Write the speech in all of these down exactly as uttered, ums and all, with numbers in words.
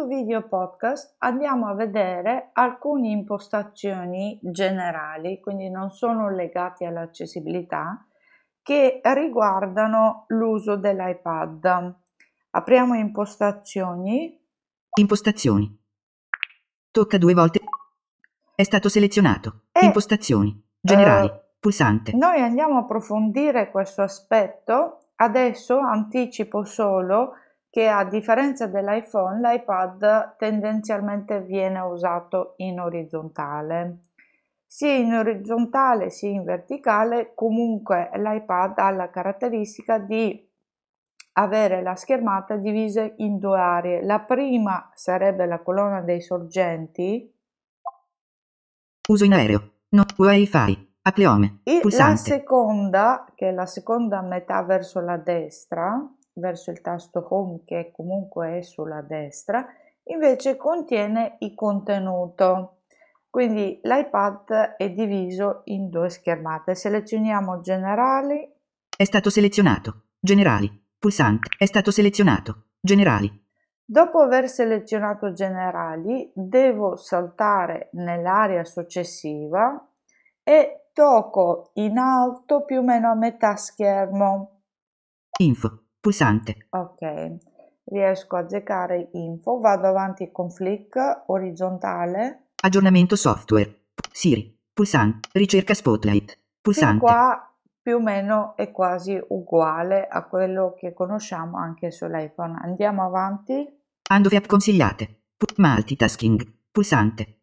questo video podcast andiamo a vedere alcune impostazioni generali, quindi non sono legate all'accessibilità, che riguardano l'uso dell'iPad. Apriamo impostazioni. Impostazioni. Tocca due volte. È stato selezionato. E, Impostazioni. Generali. eh, Pulsante. Noi andiamo a approfondire questo aspetto. Adesso anticipo solo che a differenza dell'iPhone, l'iPad tendenzialmente viene usato in orizzontale. Sia in orizzontale sia in verticale, comunque l'iPad ha la caratteristica di avere la schermata divisa in due aree. La prima sarebbe la colonna dei sorgenti. Uso in aereo. No. Wi-Fi. Apleome. E Pulsante. la seconda, che è la seconda metà verso la destra, verso il tasto home che comunque è sulla destra, invece contiene il contenuto. Quindi l'iPad è diviso in due schermate. Selezioniamo generali. È stato selezionato. Generali. Pulsante. È stato selezionato. Generali. Dopo aver selezionato generali, devo saltare nell'area successiva e tocco in alto più o meno a metà schermo. Info. Pulsante. Ok, riesco a azzeccare info, vado avanti con flick orizzontale. Aggiornamento software. Siri. Pulsante. Ricerca Spotlight. Pulsante. Fin qua più o meno è quasi uguale a quello che conosciamo anche sull'iPhone. Andiamo avanti. Handoff app consigliate. Pu- multitasking. Pulsante.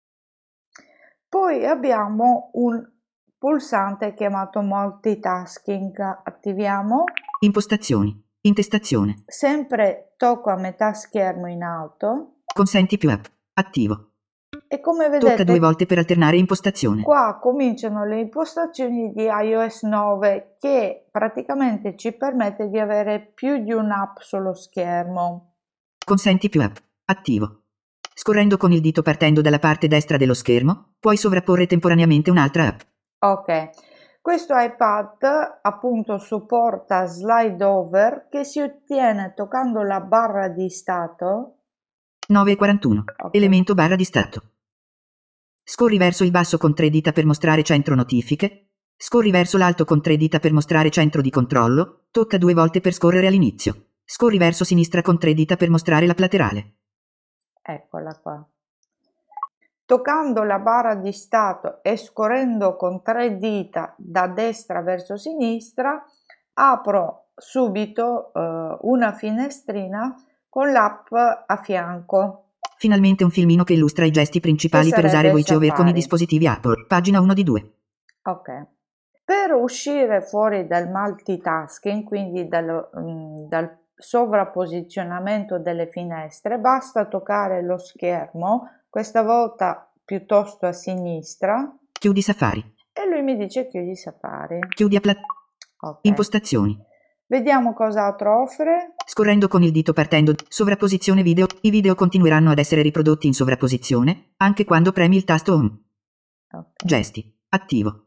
Poi abbiamo un pulsante chiamato multitasking. Attiviamo. Impostazioni. Intestazione. Sempre tocco a metà schermo in alto. Consenti più app. Attivo. E come vedete, tocca due volte per alternare impostazione. Qua cominciano le impostazioni di iOS nove che praticamente ci permette di avere più di un'app sullo schermo. Consenti più app. Attivo. Scorrendo con il dito partendo dalla parte destra dello schermo, puoi sovrapporre temporaneamente un'altra app. Ok, questo iPad appunto supporta slide over che si ottiene toccando la barra di stato. nove e quarantuno. Okay. Elemento barra di stato. Scorri verso il basso con tre dita per mostrare centro notifiche. Scorri verso l'alto con tre dita per mostrare centro di controllo. Tocca due volte per scorrere all'inizio. Scorri verso sinistra con tre dita per mostrare l'app laterale. Eccola qua. Toccando la barra di stato e scorrendo con tre dita da destra verso sinistra, apro subito eh, una finestrina con l'app a fianco. Finalmente un filmino che illustra i gesti principali per usare VoiceOver con i dispositivi Apple. Pagina uno di due. Ok. Per uscire fuori dal multitasking, quindi dal, um, dal sovrapposizionamento delle finestre, basta toccare lo schermo, questa volta piuttosto a sinistra. Chiudi Safari. E lui mi dice chiudi Safari. Chiudi Apple. Okay. Impostazioni. Vediamo cos'altro offre. Scorrendo con il dito partendo, sovrapposizione video, i video continueranno ad essere riprodotti in sovrapposizione, anche quando premi il tasto Home. Okay. Gesti. Attivo.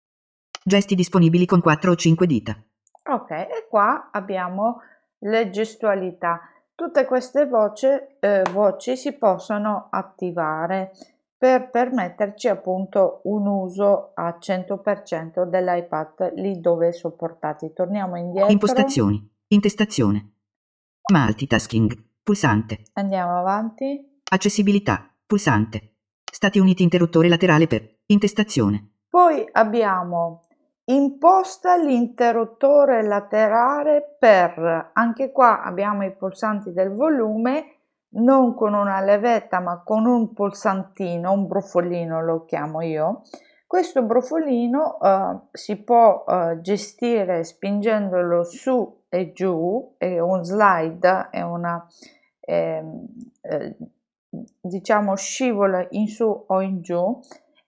Gesti disponibili con quattro o cinque dita. Ok, e qua abbiamo le gestualità. Tutte queste voci, eh, voci si possono attivare per permetterci appunto un uso a cento per cento dell'iPad lì dove è supportati. Torniamo indietro. Impostazioni. Intestazione. Multitasking. Pulsante. Andiamo avanti. Accessibilità. Pulsante. Stati Uniti interruttore laterale per intestazione. Poi abbiamo imposta l'interruttore laterale per, anche qua abbiamo i pulsanti del volume, non con una levetta ma con un pulsantino, un brofolino lo chiamo io. Questo brofolino eh, si può eh, gestire spingendolo su e giù, è un slide, è una eh, eh, diciamo scivola in su o in giù,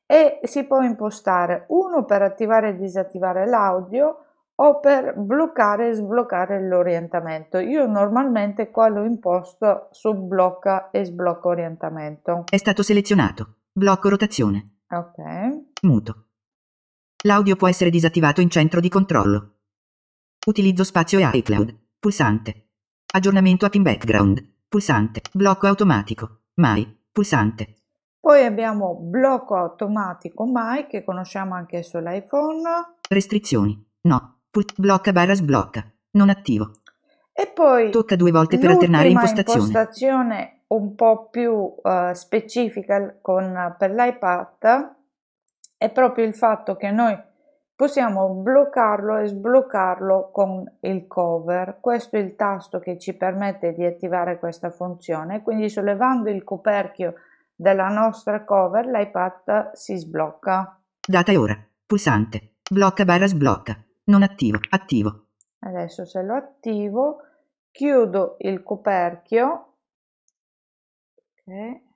e si può impostare uno per attivare e disattivare l'audio o per bloccare e sbloccare l'orientamento. Io normalmente qua lo imposto su blocca e sblocca orientamento. È stato selezionato. Blocco rotazione. Ok. Muto. L'audio può essere disattivato in centro di controllo. Utilizzo spazio e iCloud. Pulsante. Aggiornamento app in background. pulsante, blocco automatico, mai, pulsante. Poi abbiamo blocco automatico mai, che conosciamo anche sull'iPhone. Restrizioni, no, Pul- blocca barra sblocca, non attivo. E poi Tocca due volte per alternare l'ultima impostazione. impostazione un po' più eh, specifica con, per l'iPad è proprio il fatto che noi possiamo bloccarlo e sbloccarlo con il cover. Questo è il tasto che ci permette di attivare questa funzione, quindi sollevando il coperchio della nostra cover l'iPad si sblocca. Data e ora, pulsante, blocca barra sblocca, non attivo, attivo. Adesso se lo attivo, chiudo il coperchio, okay.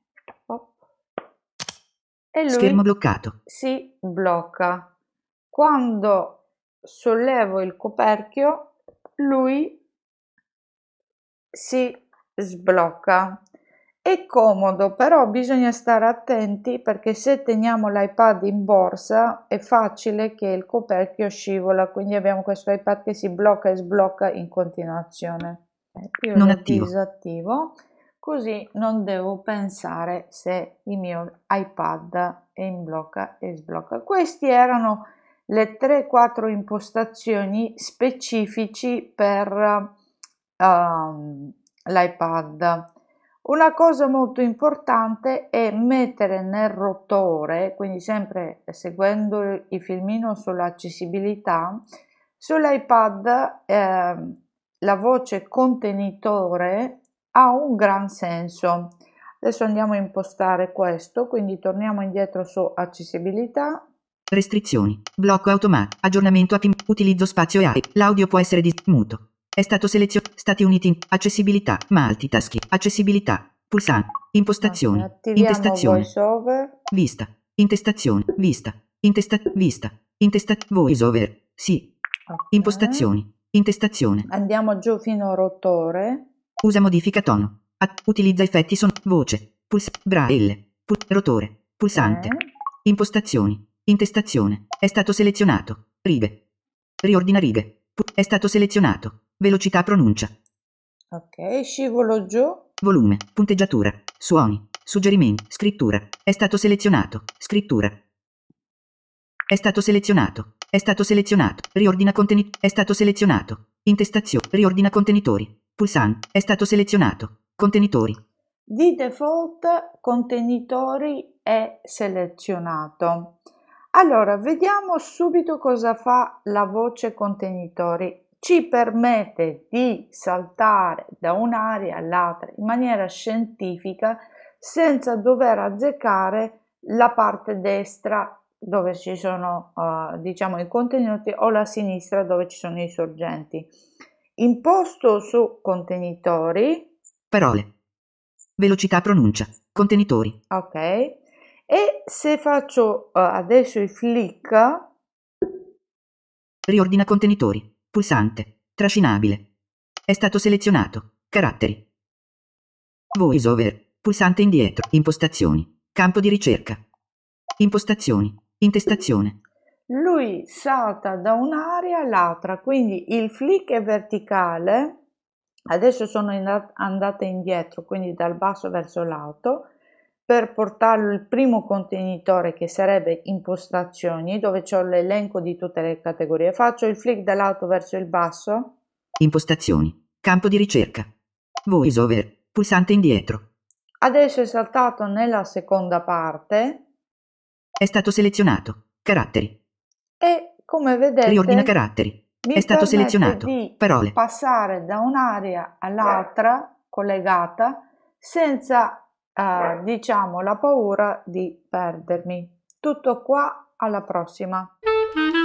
E Schermo lui bloccato. si blocca. Quando sollevo il coperchio, lui si sblocca. È comodo, però bisogna stare attenti perché se teniamo l'iPad in borsa è facile che il coperchio scivola, quindi abbiamo questo iPad che si blocca e sblocca in continuazione. Io Non lo attivo. disattivo, così non devo pensare se il mio iPad è in blocca e sblocca. Queste erano le tre quattro impostazioni specifici per um, l'iPad. Una cosa molto importante è mettere nel rotore, quindi sempre seguendo il filmino sull'accessibilità, sull'iPad eh, la voce contenitore ha un gran senso. Adesso andiamo a impostare questo, quindi torniamo indietro su accessibilità. Restrizioni, blocco automatico, aggiornamento app, utilizzo spazio e app, l'audio può essere dis- muto. È stato selezionato, Stati Uniti, accessibilità, multitasking, accessibilità, pulsante, impostazioni, Okay, attiviamo intestazione, VoiceOver. vista, intestazione, vista, intesta, vista, intesta, voiceover, sì, Okay. impostazioni, intestazione, Andiamo giù fino a rotore. usa modifica tono, At- utilizza effetti son, voce, puls, braille, pul- rotore, pulsante, Okay. impostazioni, intestazione, è stato selezionato, righe, riordina righe, pu- è stato selezionato, velocità pronuncia, Ok, scivolo giù. volume, punteggiatura, suoni, suggerimenti, scrittura, è stato selezionato, scrittura, è stato selezionato, è stato selezionato, riordina contenuti, è stato selezionato, intestazione, riordina contenitori, pulsante, è stato selezionato, contenitori. Di default contenitori è selezionato. Allora, vediamo subito cosa fa la voce contenitori. Ci permette di saltare da un'area all'altra in maniera scientifica senza dover azzeccare la parte destra dove ci sono uh, diciamo i contenuti o la sinistra dove ci sono i sorgenti. Imposto su contenitori. Parole. Velocità pronuncia. Contenitori. Ok. E se faccio uh, adesso il flick. Riordina contenitori. Pulsante. Trascinabile. È stato selezionato. Caratteri. VoiceOver. Pulsante indietro. Impostazioni. Campo di ricerca. Impostazioni. Intestazione. Lui salta da un'area all'altra, quindi il flick è verticale. Adesso sono andata indietro, quindi dal basso verso l'alto, per portarlo il primo contenitore che sarebbe impostazioni, dove c'ho l'elenco di tutte le categorie. Faccio il flick dall'alto verso il basso. Impostazioni. Campo di ricerca. VoiceOver. Pulsante indietro. Adesso è saltato nella seconda parte. È stato selezionato. Caratteri. E come vedete Riordina caratteri. mi È stato permette selezionato. di Parole. passare da un'area all'altra collegata senza eh, diciamo la paura di perdermi. Tutto qua, alla prossima.